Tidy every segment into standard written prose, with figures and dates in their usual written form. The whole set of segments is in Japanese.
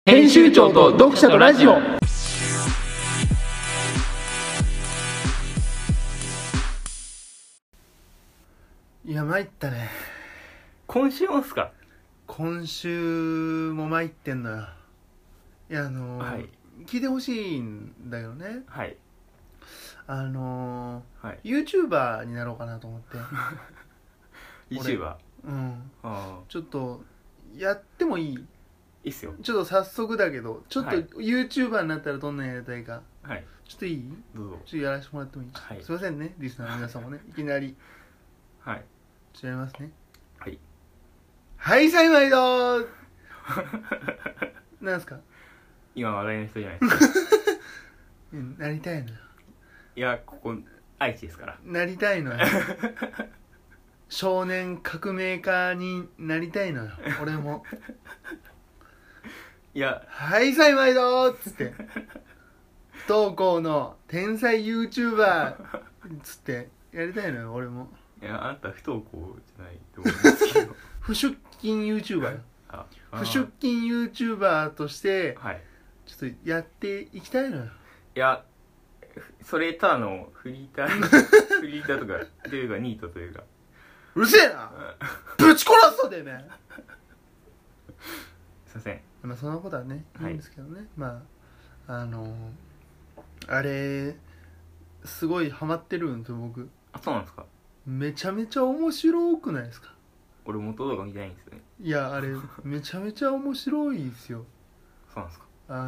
編集長と読者とラジオ。いや参ったね。 今週もっすか？ 今週も参ってんのよ。いやはい、 聞いてほしいんだけどね。 はい、 はい、 YouTuber。 YouTuber になろうかなと思って。ちょっとやってもいい？ いいっすよ。 ちょっと早速だけど、ちょっとはい YouTuber になったらどんなやりたいか、 はい、 ちょっといい？ どうぞ。 ちょっとやらせてもらってもいい？ はい、 すいませんね、リスナーの皆さんもね。いきなりはい、 ちょっとやりますね。 はいはいさい毎度なんすか？ 今話題の人じゃないですか。 なりたいのよ。 いや、ここ愛知ですから。 なりたいのよ。少年革命家になりたいのよ、俺も。 いや、 はいさい毎度っつって不登校の天才 YouTuber っつってやりたいのよ、俺も。 いや、あんた不登校じゃないと思うんですけど。 不出勤 YouTuber よ。不出勤 YouTuber としてはい。 ちょっとやっていきたいのよ。 いや、それただのフリーターとかというかニートというか。 うるせえなぶち殺すぞてめえ。 すいません。 まあそんなことはね、いいんですけどね、 はい、 まああれすごいハマってるんですよ僕。 あ、そうなんですか？ めちゃめちゃ面白くないですか？ 俺元動画見てないんですよね。 いや、あれめちゃめちゃ面白いですよ。 そうなんですか？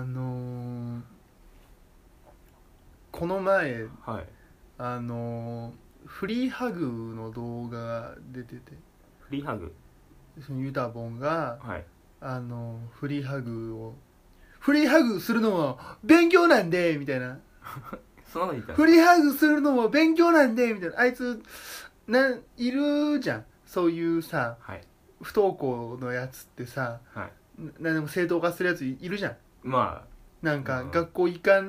この前はい。 フリーハグの動画が出てて、 フリーハグ。 そのユタボンがはい。 フリーハグするのも勉強なんでみたいな。 そんなこと言ったんフリーハグするのも勉強なんでみたいな。あいついるじゃん、そういうさ、 はい。 不登校のやつってさ、 はい。 何でも正当化するやついるじゃん。 まなんかうん学校行か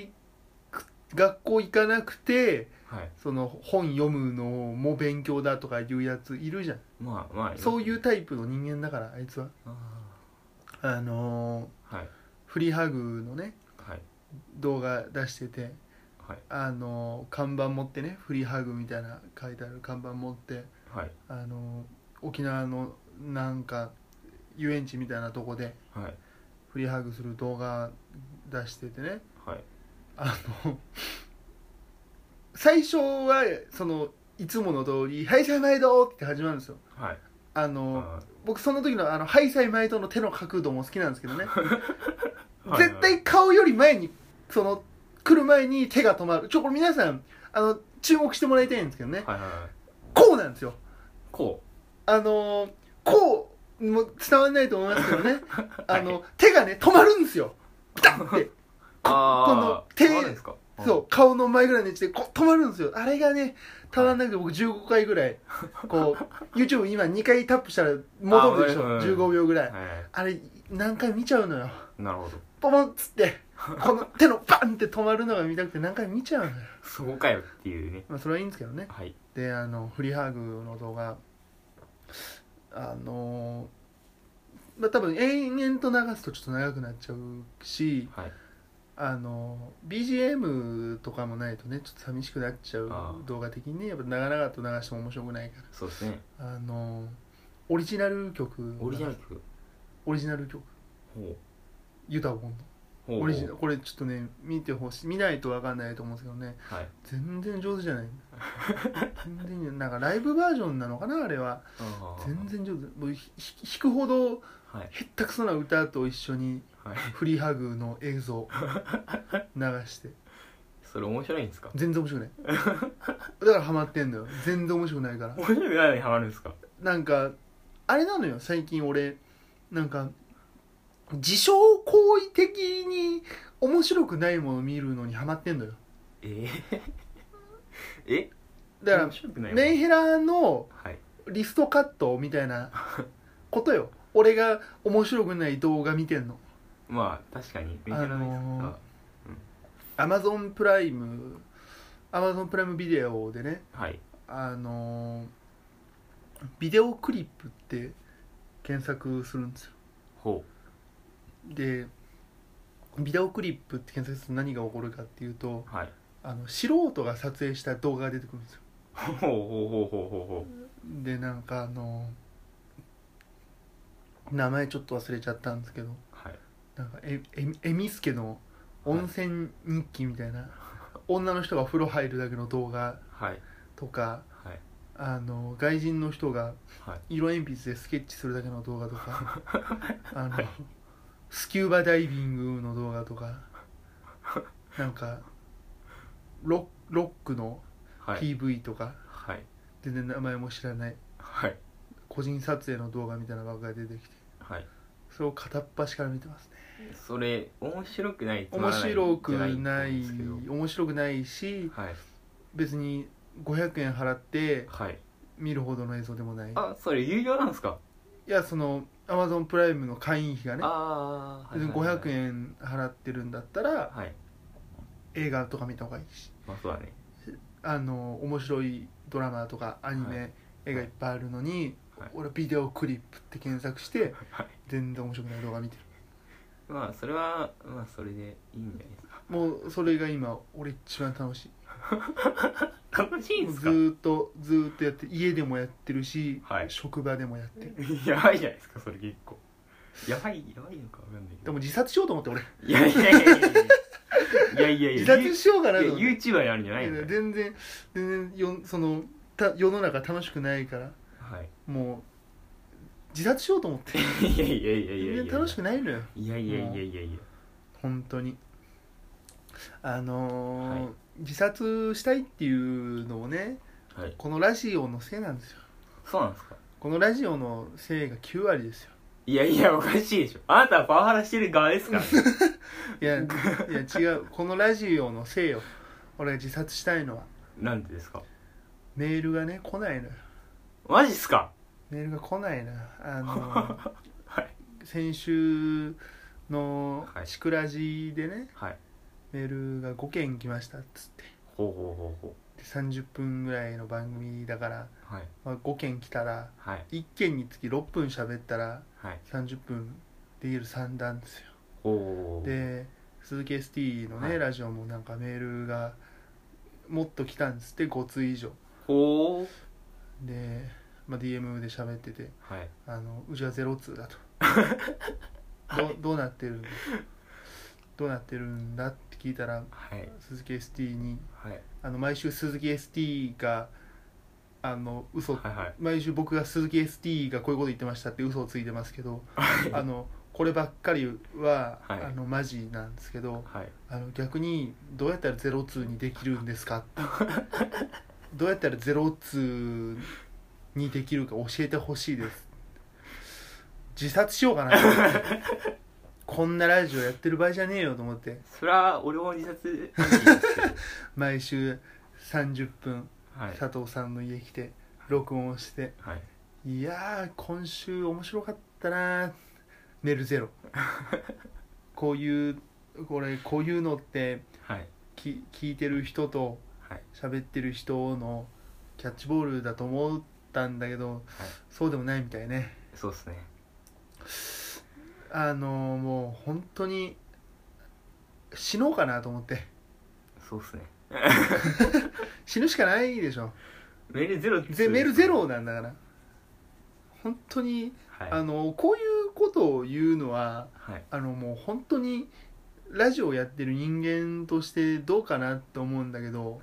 なくてあ、はい。 その本読むのも勉強だとかいうやついるじゃん。 まあ、 そういうタイプの人間だからあいつは。 はい。 フリーハグのねはい。 動画出してて、 はい。 看板持ってね、フリーハグみたいな書いてある看板持って、 はい。 沖縄のなんか遊園地みたいなとこではい。 フリーハグする動画出しててね、 はい。 最初はいつもの通り「はいさい毎度」って始まるんですよ。 はい。 僕その時のはいさい毎度の手の角度も好きなんですけどね。 はい。 絶対顔より前に来る前に手が止まる。これ皆さん注目してもらいたいんですけどね、 はい。はい。 こうなんですよ。 ここうも伝わんないと思いますけどね、 はい、 手がね止まるんですよ。ピタッてこの手、そう顔の前ぐらいの位置で止まるんですよ。あれがねたまんなくて、僕15回ぐらいYouTube 今2回タップしたら戻るでしょ、15秒ぐらい、あれ何回見ちゃうのよ。 なるほど。 ポポンっつってこの手のバンって止まるのが見たくて何回見ちゃうのよ。 そこかよっていうね。 まあそれはいいんですけどね。 はい。 でフリーハグの動画まあ多分延々と流すとちょっと長くなっちゃうし、 はい。 BGM とかもないとねちょっと寂しくなっちゃう動画的にね、やっぱ長々と流しても面白くないから、 そうですね。 オリジナル曲オリジナル曲。 ほうユタボンのオリジナル、これちょっとね見てほしい。見ないと分かんないと思うんですけどね、 はい。 全然上手じゃない全然なんかライブバージョンなのかなあれは。全然上手。もう弾くほどはい。 へったくそな歌と一緒にはい。 フリーハグの映像流してそれ面白いんですか？ 全然面白くないだからハマってんのよ。全然面白くないから。 面白くないのにハマるんですか？ なんかあれなのよ、最近俺なんか自傷行為的に面白くないものを見るのにハマってんのよ。 えだからメンヘラのリストカットみたいなことよ。俺が面白くない動画見てんの。 まあ確かにメンヘラのアマゾンプライムビデオでね、 はい。 ビデオクリップって検索するんですよ。 ほでビデオクリップって検索すると何が起こるかっていうと、 はい。 素人が撮影した動画が出てくるんですよ。 ほうほうほうほうほうほでなんか名前ちょっと忘れちゃったんですけど、 う。はい。 なんかえみすけの温泉日記みたいな、女の人が風呂入るだけの動画はい。 とか、 はい。 外人の人がはい。 色鉛筆でスケッチするだけの動画とかはいスキューバダイビングの動画とか、なんかロックのはい。 PV とか、 はい。 全然名前も知らないはい。 個人撮影の動画みたいなばっかり出てきて、 はい。 それを片っ端から見てますね。 それ面白くない、つま面らない白くじゃないと思うんないですけど。 面白くないし、 はい。 別に500円払ってはい。 見るほどの映像でもない。 あ、それ有料なんですか？ いや、その Amazon プライムの会員費がね、 ああ、 別に500円払ってるんだったらはい。 映画とか見た方がいいし、 まあそうだね。 面白いドラマとかアニメ、 はい映画いっぱいあるのに、 はい。 俺ビデオクリップって検索してはい。 全然面白くない動画見てる。 まあそれはまあそれでいいんじゃないですか。 もうそれが今俺一番楽しい。 楽しいんもうずですか？ ーっとやって、家でもやってるし、 はい職場でもやってる。 やばいじゃないですか、それ結構。やばいのかわかんないけど。 でも自殺しようと思って俺いやいやいやいやいやいやいや自殺しようかなと思って。 YouTuber にあるんじゃないの？ 全然世の中楽しくないから、 はいもう自殺しようと思っていやいやいやいやいや全然楽しくないのよいやいやいやいやいや本当に。 はい自殺したいっていうのもね、 はい。 このラジオのせいなんですよ。 そうなんですか？ このラジオのせいが9割ですよ。 いやいやおかしいでしょ。あなたはパワハラしてる側ですからね。 いや違う、このラジオのせいよ。俺が自殺したいのは。 なんでですか？ メールがね来ないのよ。 マジっすか？ メールが来ないな。 はい先週のはいチクラジでね、 はい。 メールが5件来ましたっつってほうほうほうほで30分ぐらいの番組だから、 う。はい 5件来たらはい 1件につき6分喋ったらはい。 30分できる算段ですよ。 ほう。 で鈴木 ST のね、 はいラジオもなんかメールがもっと来たんですって、5通以上ほう。 で、DM で喋ってて、 はい。 うちは0通だとどうなってるんだって聞いたら、 はい鈴木 ST にはい毎週鈴木 ST が嘘、 はいはい。 毎週僕が鈴木 ST がこういうこと言ってましたって嘘をついてますけどこればっかりは、 はいマジなんですけど、 はい。 逆にどうやったらゼロ通にできるんですかどうやったらゼロ通にできるか教えてほしいです。自殺しようかなと思ってこんなラジオやってる場合じゃねえよと思って、 それは俺も自殺なんて言うんですけど。 毎週30分はい佐藤さんの家来て録音をして、 はいいやー今週面白かったな、メールゼロこういうのってはい聞いてる人とはい喋ってる人のキャッチボールだと思ったんだけど、 はい。 そうでもないみたいね。 そうですね。 もう本当に死のうかなと思って。 そうですね。 死ぬしかないでしょ。 メールゼロってメールゼロなんだから本当に、 はいこういうことを言うのははいもう本当にラジオをやってる人間としてどうかなと思うんだけど、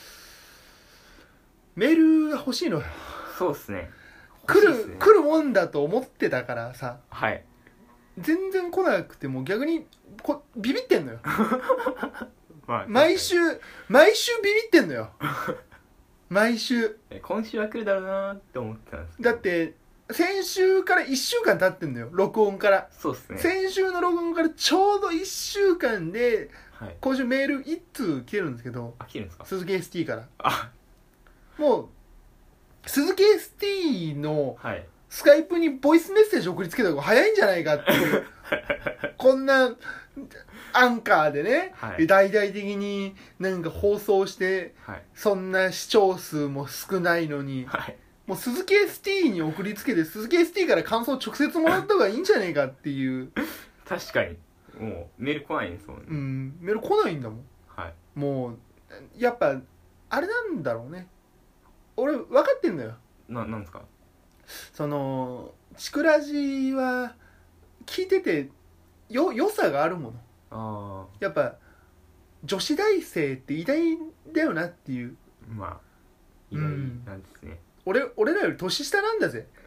メールが欲しいのよ。 そうですね。 来欲しいっすねるもんだと思ってたからさ、 はい。 全然来なくても逆にビビってんのよ。 まあ毎週ビビってんのよ。毎週今週は来るだろうなーって思ってたんですけど。 だって先週から1週間経ってんのよ、録音から。 そうですね。 先週の録音からちょうど1週間ではい。 今週メール1通来てるんですけど、 あ、来るんですか？ 鈴木 ST からあ、 もう鈴木 ST のはい。 スカイプにボイスメッセージ送りつけた方が早いんじゃないかっていうこんなアンカーでね、 はい。 大々的になんか放送してはい。 そんな視聴数も少ないのに、 はい。 もう鈴木 ST に送りつけて鈴木 ST から感想を直接もらった方がいいんじゃねえかっていう確かにもうメール来ないんですもんね。 メール来ないんだもん。 はい。 もうやっぱあれなんだろうね。俺分かってんのよ。 なんですか。 そのチクラジは聞いてて良さがあるもの。 あやっぱ女子大生って偉大だよなっていう。 あ、まあ意外なんですね。 俺らより年下なんだぜ。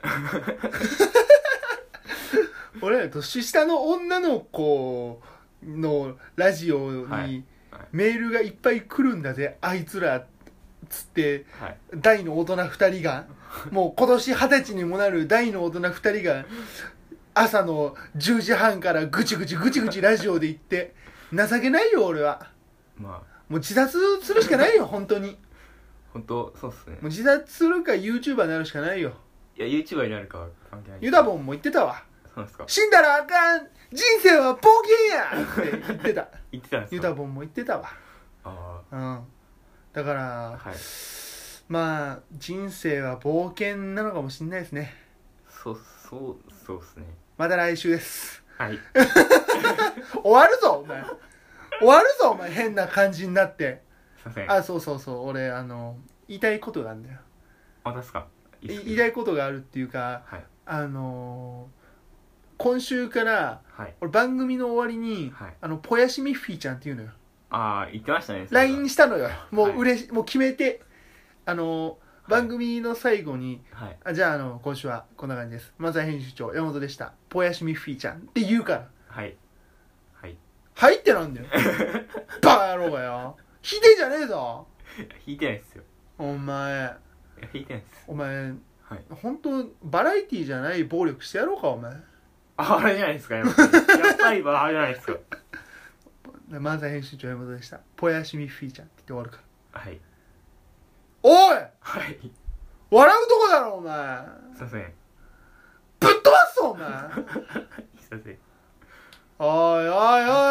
俺らより年下の女の子のラジオにメールがいっぱい来るんだぜ、あいつらつって、 はい、 大の大人2人がもう今年20歳にもなる大の大人2人が朝の10時半からぐちぐちラジオで言って、情けないよ俺は。 まあもう自殺するしかないよ本当に。 本当そうっすね。 もう自殺するか YouTuber になるしかないよ。 いや YouTuber になるかは関係ない。 ユダボンも言ってたわ。 そうですか。 死んだらあかん、人生は冒険やって言ってた。 言ってたんですか。 ユダボンも言ってたわ。 あだから、 あ、はい。 まあ人生は冒険なのかもしれないですね。 そうですね。 また来週です。 はい。 終わるぞお前。終わるぞお前、変な感じになって。 すいません。 あ、そう俺言いたいことがあるんだよ。 またですか。 言いたいことがあるっていうか、 はい。 今週からはい。 俺番組の終わりに、 はい。 ポヤシミッフィーちゃんっていうのよ。 ああ、言ってましたね。 LINE したのよ。もうはいもう決めて、番組の最後に、 はい。 じゃあ今週はこんな感じです。まずは編集長山本でした。ポヤシミッフィーちゃんって言うから。 はい。はい。 はいってなんだよ。バカ野郎がよ。弾いてんじゃねえぞ。 弾いてないっすよ。 お前。 いや弾いてないっす。 お前、 はい。 本当バラエティじゃない暴力してやろうかお前。 あれじゃないですか。やっぱりあれじゃないですか。 まずは編集長山本でした。ポヤシミッフィーちゃんって言って終わるから。 はい。 おい、 はい。 笑うとこだろお前。 すいません。 ぶっ飛ばすぞお前。 すいません。 おい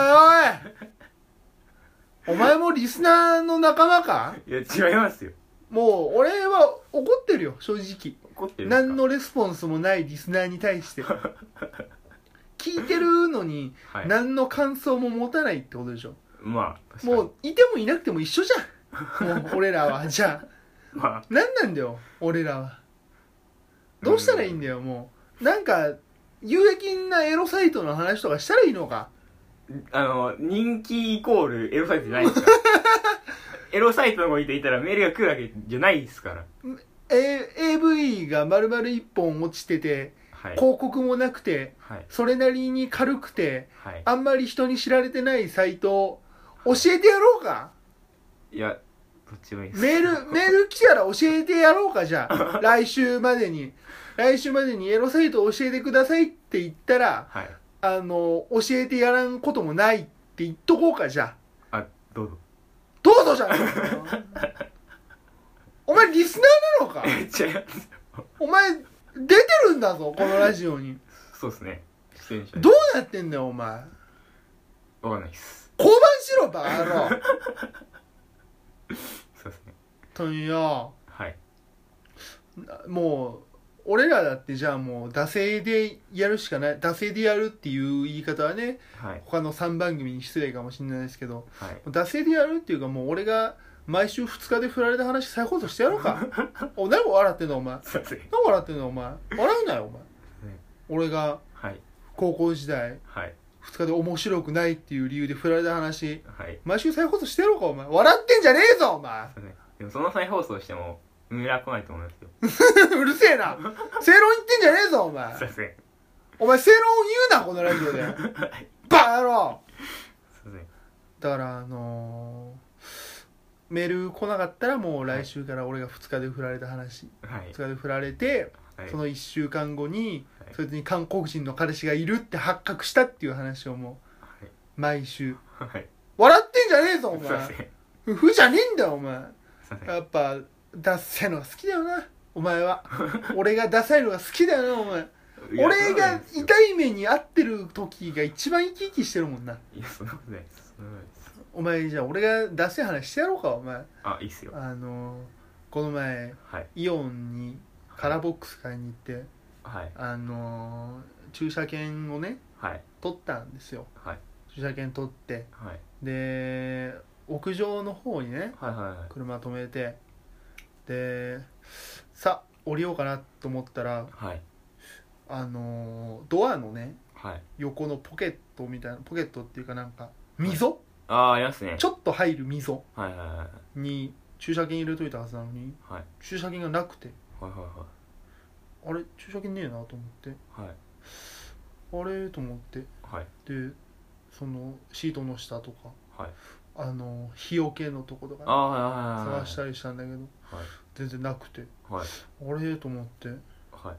お前もリスナーの仲間か。 いや違いますよ。 もう俺は怒ってるよ正直。 怒ってるんですか。 何のレスポンスもないリスナーに対して聞いてるのに何の感想も持たないってことでしょ。 まあ確かに。 もういてもいなくても一緒じゃん。もう俺らはじゃあまあ何なんだよ俺らは。どうしたらいいんだよ。もうなんか有益なエロサイトの話とかしたらいいのか。 人気イコールエロサイトじゃないですから。エロサイトの方にいたらメールが来るわけじゃないですから。 AV が丸々1本落ちてて、 はい、 広告もなくて、 はい、 それなりに軽くて、 はい、 あんまり人に知られてないサイトを教えてやろうか。 いやどっちもいいです。 メール来たら教えてやろうか。じゃあ来週までにエロサイトを教えてくださいって言ったら、 はい、 教えてやらんこともないって言っとこうか。じゃあどうぞどうぞじゃないお前リスナーなのか。 違いますよ。 お前出てるんだぞこのラジオに。 そうですね。出演者どうなってんだよお前。 わかんないです。 降板しろバカ野郎。 そうですね。 とによ。 はい。 もう俺らだってじゃあもう惰性でやるしかない。惰性でやるっていう言い方はね、 はい、 他の3番組に失礼かもしれないですけど、 はい、 惰性でやるっていうかもう俺が毎週2日で振られた話再放送してやろうか。お何笑ってんのお前。 すいません。 何笑ってんのお前。笑うなよお前。俺がはい高校時代、 はい、 2日で面白くないっていう理由で振られた話、 はい、 毎週再放送してやろうかお前。笑ってんじゃねえぞお前。 でもその再放送してもメールは来ないと思いますよ。 うるせえな。正論言ってんじゃねえぞお前。 すいません。 お前正論を言うなこのラジオで。バカ野郎。 すいません。 だからメール来なかったらもう来週から俺が2日で振られた話、 はい、 2日で振られて、はい、その1週間後に、はい、そいつに韓国人の彼氏がいるって発覚したっていう話をもう、はい、毎週、はい、笑ってんじゃねえぞお前。ふじゃねえんだよお前。やっぱダッサいのが好きだよなお前は。俺がダサいのが好きだよなお前。俺が痛い目に遭ってる時が一番生き生きしてるもんな。 いやそんなことないです。 お前じゃあ俺がダサい話してやろうかお前。 いいっすよ。 この前、はい、イオンにカラーボックス買いに行って、はい、駐車券をね、はい、 取ったんですよ。 はい。 駐車券取って、 はい。 で屋上の方にねはいはいはい。 車止めて、でさ降りようかなと思ったら、 はい。 ドアのねはい。 横のポケットみたいな、ポケットっていうかなんか溝、 ああ、ありますね。 ちょっと入る溝はいはいはいに駐車券入れといたはずなのに、 はい。 駐車券がなくて、 はいはいはあれ駐車券ねえなと思って、 い。はい。 あれと思って、 はい。 でそのシートの下とかはい。 日よけのとことか、ね、 ああ、はいはいはいはい。 探したりしたんだけどはい。 全然なくて、 はい。 あれと思って、 はい。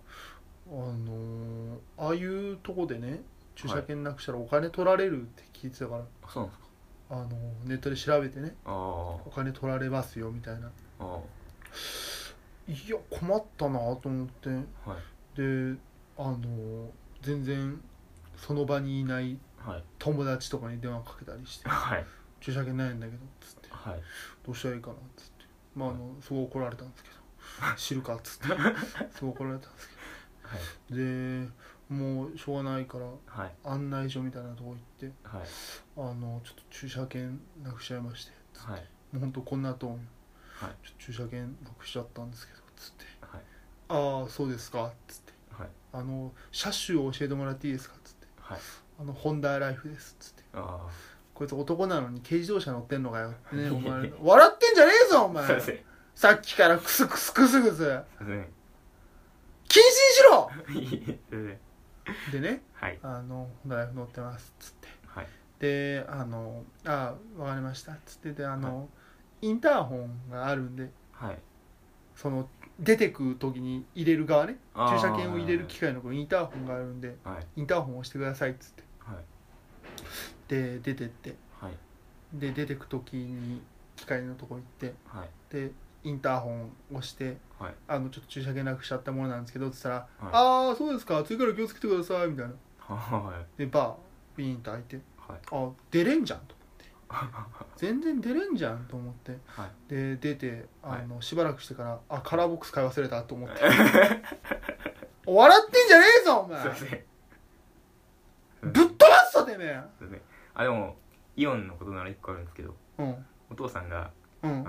ああいうとこでね駐車券なくしたらお金取られるって聞いてたから、 あ、そうなんですか。 ネットで調べてね、 ああ。 お金取られますよみたいな。 あいや困ったなと思って、 あ。はい。 で全然その場にいないはい。 友達とかに電話かけたりしてはい。 駐車券ないんだけどっつって、 はい。 どうしたらいいかなっつって、まあすごい怒られたんですけど知るかっつってすごい怒られたんですはい。 けど、でもうしょうがないからはい。 案内所みたいなとこ行って、 はい。 ちょっと駐車券なくしちゃいましてつって、 はい。 もうほんとこんなとはい。 ちょっと駐車券なくしちゃったんですけどつって、 はい。 ああそうですかっつって、 はい。 車種を教えてもらっていいですかっつって、 はい。 ホンダライフですっつって、 あこいつ男なのに軽自動車乗ってんのかよってね、お前いやいや笑ってんじゃねえぞおあ。 前そうですね。 さっきからクスクスクスクスそうですね。 謹慎しろいいですね。 でね、 はい。 ホンダライフ乗ってますっつって、 はい。 でわかりましたっつって、ではインターホンがあるんで、 はい。 その出てく時に入れる側ね、 あー駐車券を入れる機械のインターホンがあるんで、 はい。 インターホンを押してくださいっつってはい。 で出てって、 はい。 で出てく時に機械のとこ行って、 はい。 でインターホン押して、 はい。 ちょっと駐車券なくしちゃったものなんですけどっつったら、 はいああそうですか次から気をつけてくださいみたいな。 はい。 でバービーンと開いて、 はい。 あ出れんじゃんと思って全然出れんじゃんと思って、 はい。 で出てはいしばらくしてからカラーボックス買い忘れたと思って笑ってんじゃねえぞお前そうですね。 ぶっ飛ばすぞてめえ。 そうですね。あ、でも、イオンのことなら一個あるんですけど、 うんお父さんが、 うん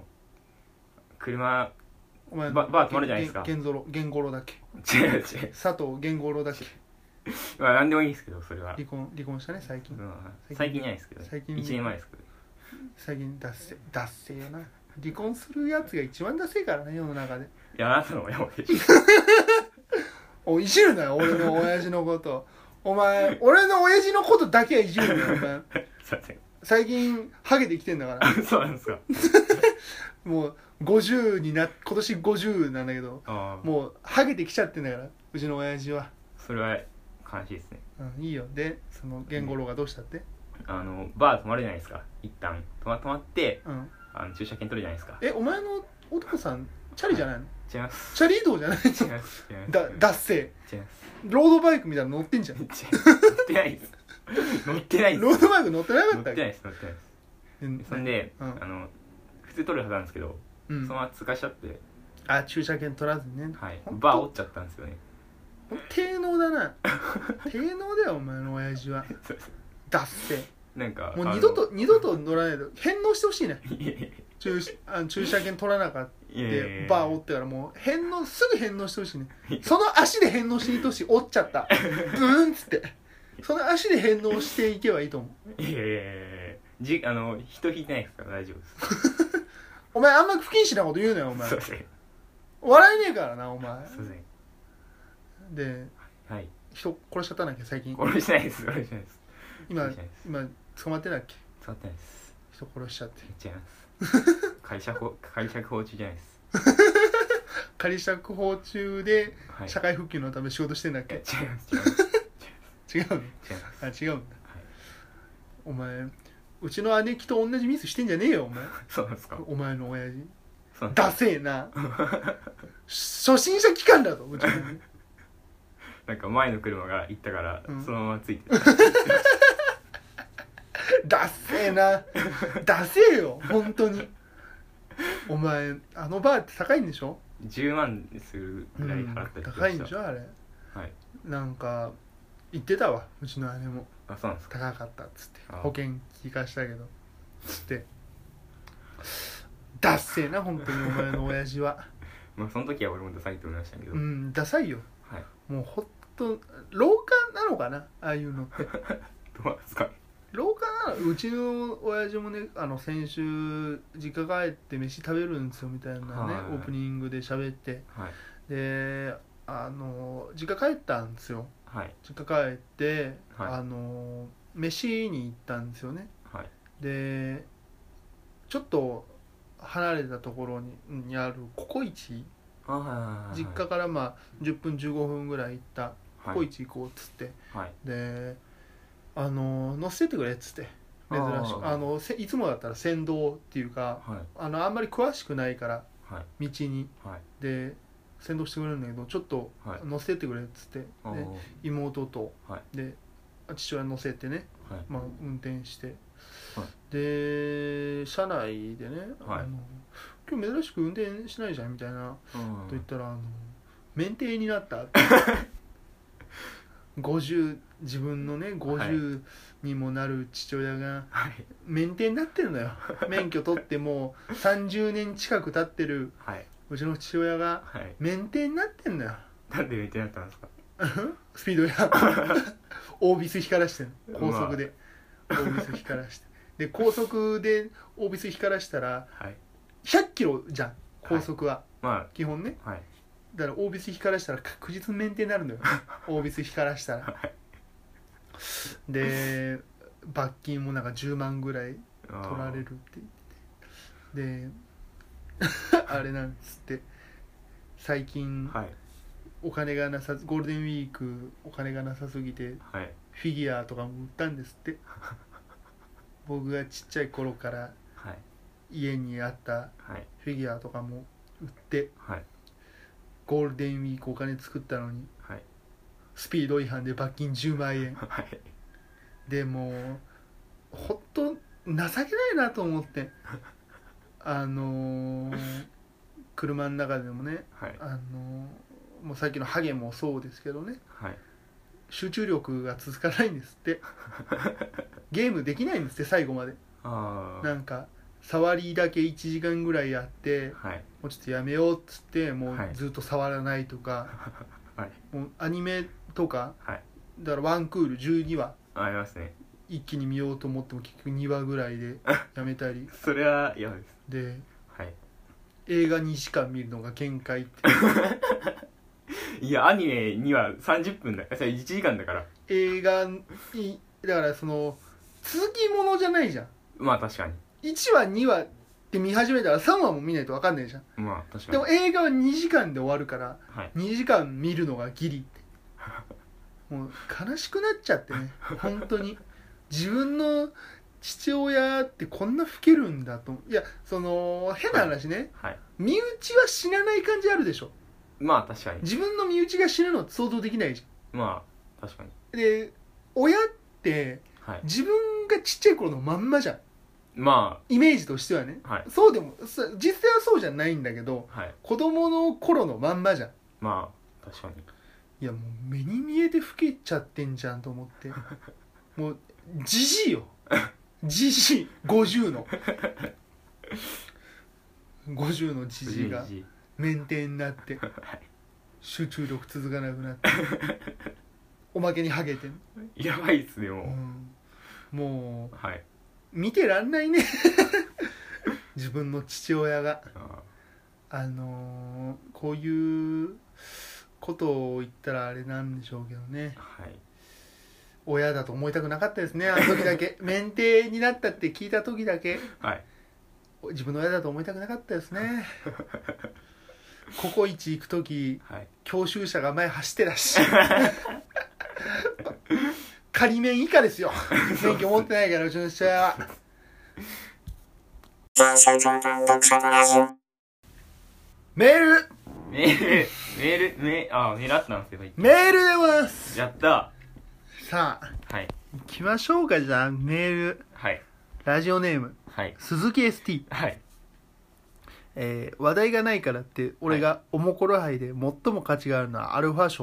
車、 お前バー止まるじゃないですか。 ゲンゴロだっけ、 違う違う。 佐藤ゲンゴロだっけ、 まあ、なんでもいいんですけど、それは。 離婚したね最近、 最近じゃないですけど、 最近 1年前ですけど。 最近ダッセーよな。離婚するやつが一番ダセえからね世の中で。 いや、あなたの親もでしおいじるなよ俺の親父のこと。お前俺の親父のことだけはいじるなよお前。 すいません。 最近ハゲてきてんだからそうなんですか。 もう50に今年50なんだけど、 ああ、 もうハゲてきちゃってんだからうちの親父は。 それは悲しいですね。 いいよ。でそのゲンゴロウがどうしたって、 バー止まるじゃないですか。一旦止まって、駐車券取るじゃないですか。 お前のお父さんチャリじゃないの？ 違います。 チャリ移動じゃない違います。違いますダッセ違います。 ーロードバイクみたいなの乗ってんじゃん。 乗ってないです。乗ってないです。 ロードバイク乗ってなかったっけ？ 乗ってないです。乗ってないです。そんで、普通取るはずなんですけど、そのまま通過しちゃって、 駐車券取らずにね。 はい、バー折っちゃったんですよね。 低能だな低能だよお前の親父は。ダッセー。 なんかもう二度と乗らないと返納してほしいね。駐車券取らなかってバー折ってからもうすぐ返納してほしいね。その足で返納していってほしい。折っちゃったブーンっつってその足で返納していけばいいと思う。 人引いてないですから大丈夫ですお前あんま不謹慎なこと言うなよお前。 そうですね。 笑えねえからなお前。 そうですね。 で、 はい、 人殺しちゃったんだっけ最近。 殺してないです。殺してないです。 今捕まってないっけ？ 捕まってないです。 人殺しちゃって。 違います仮釈放中じゃないです。 仮釈放中ではい、 社会復帰のため仕事してんだっけ？ 違います違います違うの？ 違います違うんだ。お前うちの姉貴と同じミスしてんじゃねえよお前。 そうなんですか。 お前の親父そうなんですダセえな初心者機関だぞうちのなんか前の車が行ったから、そのままついてたダセえなダセえよ本当に。お前バーって高いんでしょ ？10万するぐらい払ったりとか高いんでしょあれ。 はい。 なんか言ってたわ、うちの姉も。 あ、そうなんですか。 高かったっつって、 あ保険聞かしたけどつって、ダッセーな本当にお前の親父は。 まあその時は俺もダサいと思いましたけど、 うん、ダサいよ。 はい。 もうほんと廊下なのかな、ああいうのってどうなんですか。 廊下なの。うちの親父もね、先週実家帰って飯食べるんですよみたいなね、 はいオープニングで喋って、 はいで実家帰ったんですよ。 はい実家帰って、 は飯に行ったんですよね。 はいでちょっと離れたところにあるココイチ、 あ、はいはいはいはい、 実家からまあ10分15分ぐらい行ったココイチ行こうっつって、 はいで乗せてってくれっつって、珍しくいつもだったら先導っていうか、 はいあんまり詳しくないからはい道にはいで先導してくれるんだけど、ちょっとはい乗せてってくれっつって、 あーで妹と、 はで父親乗せてね、 はいまあ、運転して、 はで車内でね、 はい今日珍しく運転しないじゃんみたいなうんと言ったら、免停になったって50、自分のね50にもなる父親がはい免停になってるのよ。免許取ってもう30年近く経ってるはいうちの父親がはい免停になってんのよ。 なんで見てなったんですか。 スピードやオービス光らしてんの、高速で、オービス光らしてで高速でオービス光らしたらはい 100キロじゃん高速は、 ま基本ね。 あはいだからオービス光らしたら確実に免停になるのよオービス光らしたら。 はいで罰金もなんか10万ぐらいあー取られるって言ってて、であれなんですって、最近はいお金がなさ、ゴールデンウィークお金がなさすぎてはいフィギュアとかも売ったんですって。僕がちっちゃい頃からはい家にあったはいフィギュアとかも売ってはいゴールデンウィークお金作ったのにはいスピード違反で罰金10万円はいで、もうほんと情けないなと思って車の中でもね、 はいもうさっきのハゲもそうですけどね、 はい集中力が続かないんですってゲームできないんですって最後まで。 ああなんか触りだけ1時間ぐらいやってはいもうちょっとやめようっつってもうはいずっと触らないとか、 はいもうアニメとかはいだからワンクール12話ありますね。 一気に見ようと思っても結局2話ぐらいでやめたりそれは嫌です。 ではい映画2時間見るのが限界っていやアニメには30分だそれ1時間だから。 映画にだからその続きものじゃないじゃん。 まあ確かに。 1話2話って見始めたら3話も見ないと分かんないじゃん。 まあ確かに。 でも映画は2時間で終わるからはい 2時間見るのがギリってもう悲しくなっちゃってね本当に自分の父親ってこんな老けるんだと。いやその変な話ね、 はい身内は死なない感じあるでしょ。 まあ確かに。 自分の身内が死ぬのって想像できないじまあ確かに。 ゃん。で親ってはい自分がちっちゃい頃のまんまじゃん、 まイメージとしてはね。 あはいそうでも実際はそうじゃないんだけどはい子供の頃のまんまじゃん。 まあ確かに。 いやもう目に見えて老けちゃってんじゃんと思ってもうじじいよじじい50の50のじじいがじ免停になってはい集中力続かなくなっておまけにハゲてん、 やばいっすねもう、 もうはい見てらんないね自分の父親があこういうことを言ったらあれなんでしょうけどね、 はい親だと思いたくなかったですねあの時だけ免停になったって聞いた時だけはい自分の親だと思いたくなかったですねココイチ行く時はい教習車が前走ってたし仮免以下ですよ免許持ってないからうちの父親は。メールメールあったんですけどメールでございます。 やったさあはい行きましょうか。じゃあメールはいラジオネームはい鈴木 ST、 はい話題がないからって俺がおもころ杯で最も価値があるのはアルファ賞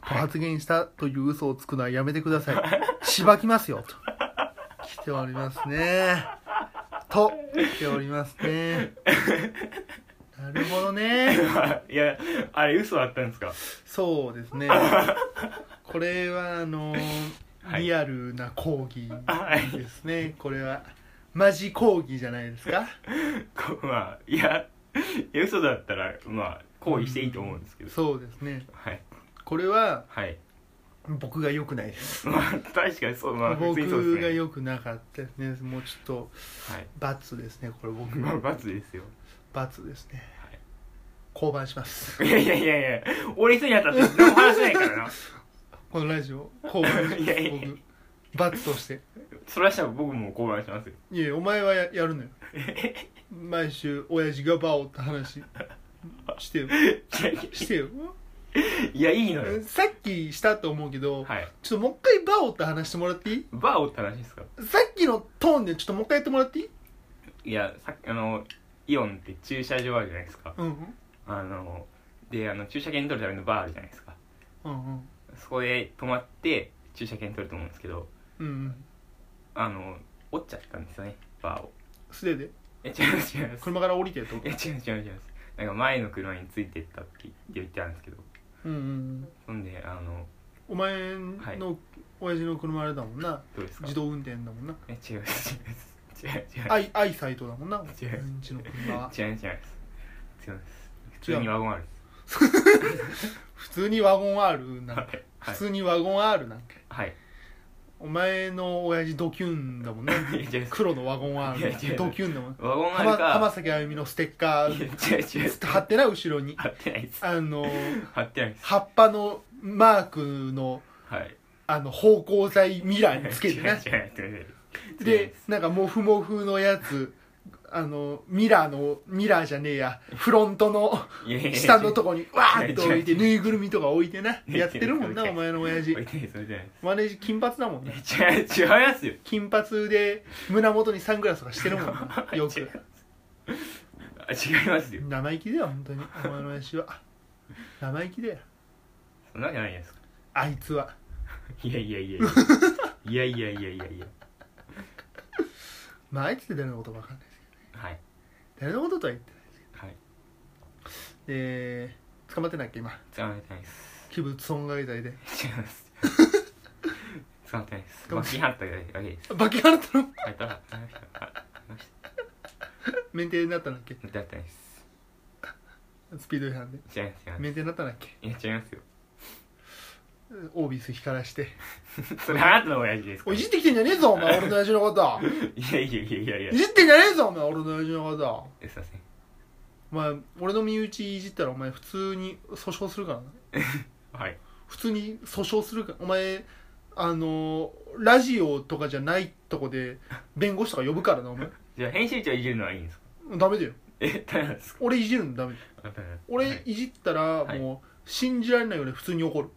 発言したという嘘をつくのはやめてください。しばきますよと来ておりますね。と来ておりますね。なるほどね。 いや、あれ嘘だったんですか？ そうですね。これははいリアルな講義ですね。これはマジ講義じゃないですか。 まあいや嘘だったらまあ行為していいと思うんですけど、 そうですね。 はいこれははい僕が良くないです。 まあ確かにそう、まあ普通にそうですね。 僕が良くなかったですね。もうちょっとはい罰ですね。これ僕まあ罰ですよ。 罰ですね。 はい降板します。 いやいやいやいや、俺一人に当たって何も話せないからな。 このラジオ降板します。 いやいや僕罰として。 それはしたら僕も降板しますよ。 いやいやお前はやるのよ。毎週親父がバオって話してよ。してよ。 いやいいのよ。 さっきしたと思うけど、 はい。 ちょっともう一回バオって話してもらっていい？ バーをって話ですか？ さっきのトーンでちょっともう一回やってもらっていい？ いやさっきイオンって駐車場あるじゃないですか。 うんうんで駐車券取るためのバーあるじゃないですか。 うんうんそこで泊まって駐車券取ると思うんですけど、 うん折っちゃったんですよね、バーを。 素手で違います違います。 車から降りてと。 違います違います違います。なんか前の車についてったって言ってあるんですけど、 うんそんでお前の親父の車あれだもんな。 どうですか？ 自動運転だもんな。 違います違います違うアイサイトだもんな。 違ううんちの車は。 違います違います違います。普通にワゴンある。 普通にワゴン R なんか、 はい普通にワゴン R なんか。 はい。 お前の親父ドキュンだもんね。 いや違う違う黒のワゴン R いや違うドキュンだもん。 ワゴンあるか。 浜崎あゆみのステッカいやー違う違う貼ってな後ろに貼ってないです。貼ってないです。 葉っぱのマークのはい。 芳香剤ミラーにつけてな違う違う違うでなんかモフモフのやつミラーじゃねえやフロントのいやいやいや下のとこにわーって置いて違うぬいぐるみとか置いてなやってるもんな違うお前の親父置いてないです置いてないです。 マネージ金髪だもんね違いますよ。 金髪で胸元にサングラスとかしてるもんなよく違いますよ。 生意気だよ本当にお前の親父は生意気だよそんなわけないですか。 あいつはいやいやいやいやいやいやいやいやいや。 まああいつって誰のことか分かんないですけどはい誰のこととは言ってないですけはい。 どで捕まってないっけ今捕まってないです。 器物損害罪で違います捕まってないです。罰金払っただけです。 罰金払ったのはい、払いました。 免停になったんだっけだったないです。 スピード違反で違います違います。 免停になったんだっけいや違いますよ。 オービス光らしてそれあなたの親父ですか？ おいいじってきてんじゃねえぞお前俺の親父のこといやいやいやいやいやいじってんじゃねえぞお前俺の親父のことすいません。 お前俺の身内いじったらお前普通に訴訟するからなはい。 普通に訴訟するからお前ラジオとかじゃないとこで弁護士とか呼ぶからなお前じゃあ編集長いじるのはいいんですか？ ダメだよダメなんですか？ 俺いじるのダメだよあダメなんです俺いじったらはいもう信じられないぐらい普通に怒る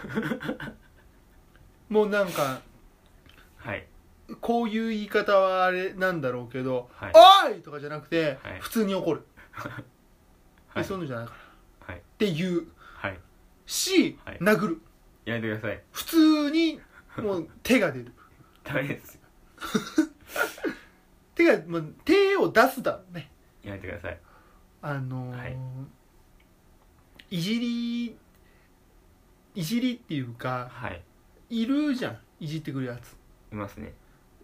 もうなんかはいこういう言い方はあれなんだろうけどはい 「おい!」とかじゃなくてはい普通に怒るはいそういうのじゃないからはいっていうはいしはい殴るやめてください。 普通にもう手が出るダメですよ。 手を出すだろうねやめてください。はいいじりっていうかはいいるじゃんいじってくるやついますね。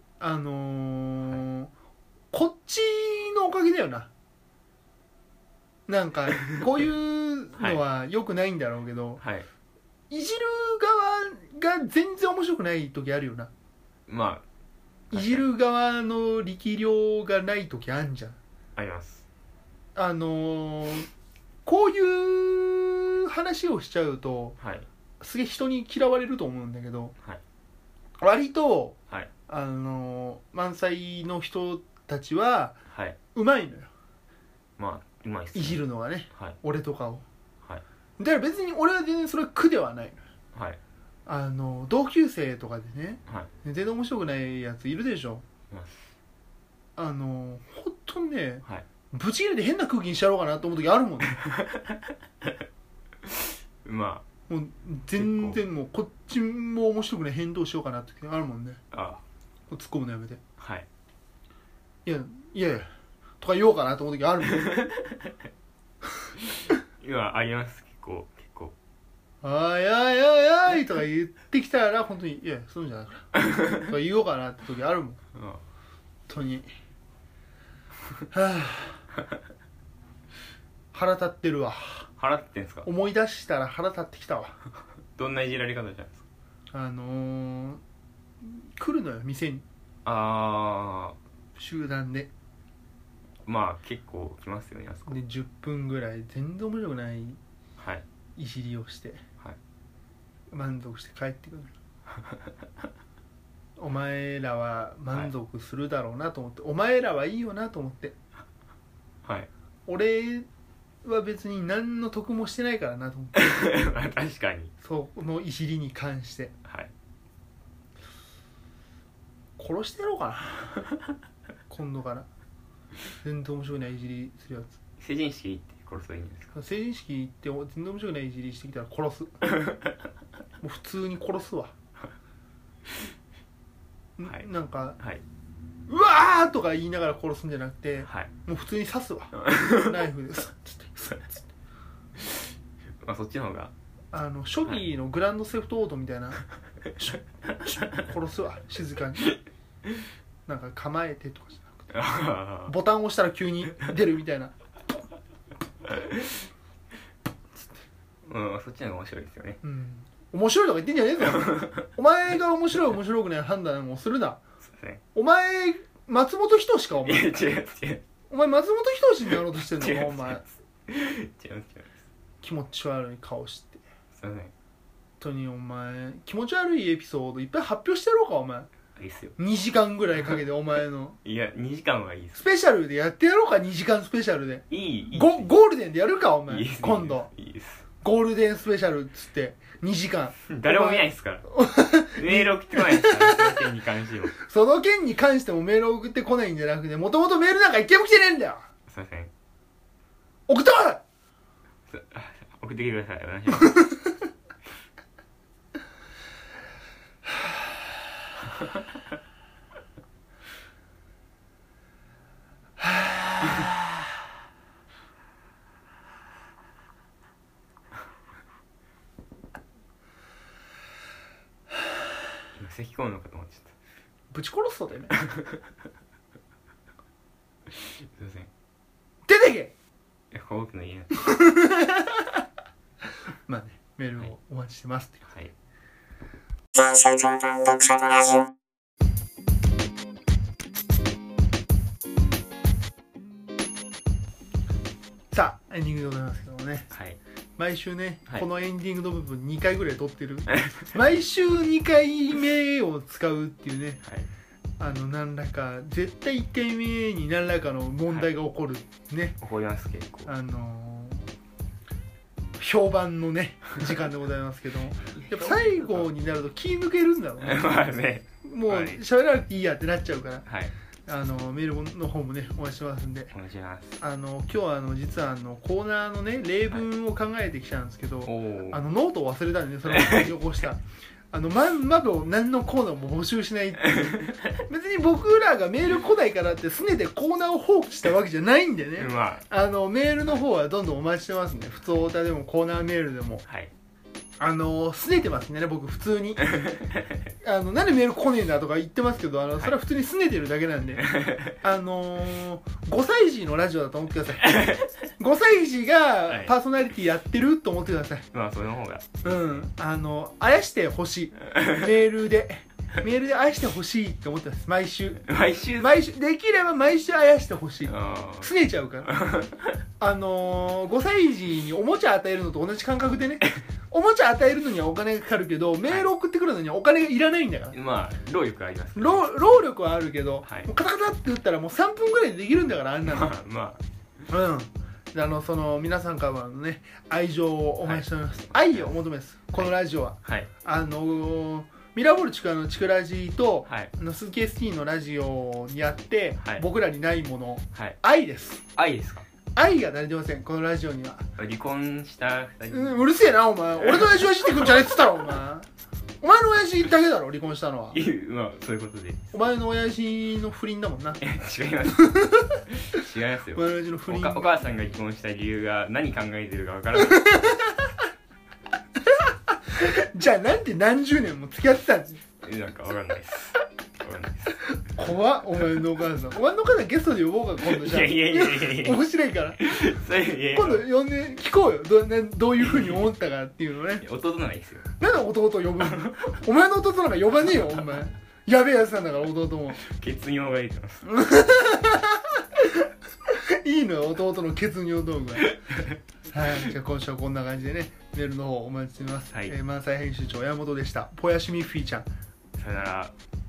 こっちのおかげだよななんかこういうのは良くないんだろうけど、 はい。 いじる側が全然面白くない時あるよなまあいじる側の力量がない時あんじゃんあります。 こういう話をしちゃうとはいすげえ人に嫌われると思うんだけどはい割とはい満載の人たちははいうまいのよまあうまいっすね。 いじるのがねはい俺とかをはいだから別に俺は全然それは苦ではないはいのよ同級生とかでねはい全然面白くないやついるでしょいます。 ほんとねはいブチ切れて変な空気にしちゃろうかなと思う時あるもんねまもう全然もうこっちも面白くない返答しようかなってあるもんね。 あ突っ込むのやめて、 はいいやとか言おうかなと思う時あるもん今あります結構あいやいやいやいとか言ってきたら本当にいやそうじゃないからとか言おうかなって時あるもん本当にはあ腹立ってるわ。 払ってんすか？ 思い出したら腹立ってきたわ。 どんないじられ方じゃないですか？ 来るのよ店にあ集団で。 まあ結構来ますよねあそこで10分ぐらい全然面白くないはいいじりをしてはい満足して帰ってくるお前らは満足するだろうなと思って、お前らはいいよなと思って、 はい俺は別に何の得もしてないからなと思って確かにそのいじりに関してはい殺してやろうかな今度から全然面白くないいじりするやつ。 成人式行って殺すばいいんですか？ 成人式行って全然面白くないいじりしてきたら殺すもう普通に殺すわはい、 なんか、 はい、 うわーとか言いながら殺すんじゃなくて、 はい、 もう普通に刺すわナイフでまあそっちの方が初期のグランドセフトオートみたいな、殺すわ静かになんか構えてとかじゃなくてボタン押したら急に出るみたいなうんそっちの方が面白いですよね。 面白いとか言ってんじゃねえぞお前が面白い面白くない判断をするな。 そうですね。 お前松本人志かお前。 いや違うお前松本人志になろうとしてんのかお前。 違う気持ち悪い顔して。 そうね。 本当にお前気持ち悪いエピソードいっぱい発表してやろうかお前。 いいっすよ。 2時間ぐらいかけてお前のいや2時間はいいっす。 スペシャルでやってやろうか2時間スペシャルで。 いいゴールデンでやるかお前。 いい今度いいですゴールデンスペシャルっつって2時間誰も見ないっすからメール送ってこないっすからその件に関しても。 その件に関してもメール送ってこないんじゃなくてもともとメールなんか一件も来てねえんだよ。 すいません。 送ってこい送ってきてくださいお願いします今咳込むのかと思っちゃった。 ぶち殺すぞてめえすいません。 出てけ。 いや僕の家なんでまあねメールをお待ちしてますってはい。 さあエンディングでございますけどもね、 はい、 毎週ね、 はい、 このエンディングの部分2回ぐらい撮ってる毎週2回目を使うっていうね、はい、何らか絶対1回目に何らかの問題が起こるね、 起こります結構評判のね時間でございますけどもやっぱ最後になると気抜けるんだろうねまあねもう喋らなくていいやってなっちゃうから、 はい、 メールの方もねお待ちしてますんでお願いします。 今日は実はコーナーのね例文を考えてきたんですけど、はい、ノートを忘れたんでねそれを書き起こしたまんまと何のコーナーも募集しないっていう別に僕らがメール来ないからってすねてコーナーを放棄したわけじゃないんでね、 まあ、メールの方はどんどんお待ちしてますね。普通オタでもコーナーメールでも、はい、すねてますね僕普通になんでメール来ねえんだとか言ってますけどそれは普通にすねてるだけなんで5歳児のラジオだと思ってください5歳児がパーソナリティやってると思ってください。 まあその方があやしてほしいメールで愛してほしいって思ってます。毎週できれば毎週愛してほしい。すねちゃうから5歳児におもちゃ与えるのと同じ感覚でねおもちゃ与えるのにはお金がかかるけどメール送ってくるのにはお金がいらないんだから、 まあ労力あります、 ね、労力はあるけど、はい、もうカタカタって打ったらもう3分ぐらいでできるんだからあんなのまあ皆さんからのね愛情をお待ちしております、はい、愛を求めますこのラジオは、はい、ミラーボールちくラジと、はい、鈴木 ST のラジオにあって、はい、僕らにないもの、はい、愛です。 愛ですか。 愛が慣れてませんこのラジオには。 離婚した2人、 うるせえなお前。俺の親父は知ってくんじゃねえっつったろお前。お前の親父だけだろ離婚したのは。 まあそういうことで。 お前の親父の不倫だもんな。 違います違いますよ。 お前の親父の不倫。 お母さんが離婚した理由が何考えてるかわからないじゃあなんで何十年も付き合ってたんです。 なんかわかんないです。わかんないです。 怖っお前のお母さん。お前のお母さんゲストで呼ぼうか今度。じゃあいや面白いから今度呼んで聞こうよ。どういうふうに思ったかっていうのね。 弟ないですよ。 なんで弟呼ぶのお前の弟なんか呼ばねえよお前。やべえやつなんだから弟も。 血尿が出てますいいのよ弟の血尿動画はい、じゃあ今週はこんな感じでねメールの方お待ちしてます、 はい、 満載編集長山本でした。ぽやしみフィーちゃん、 さよなら。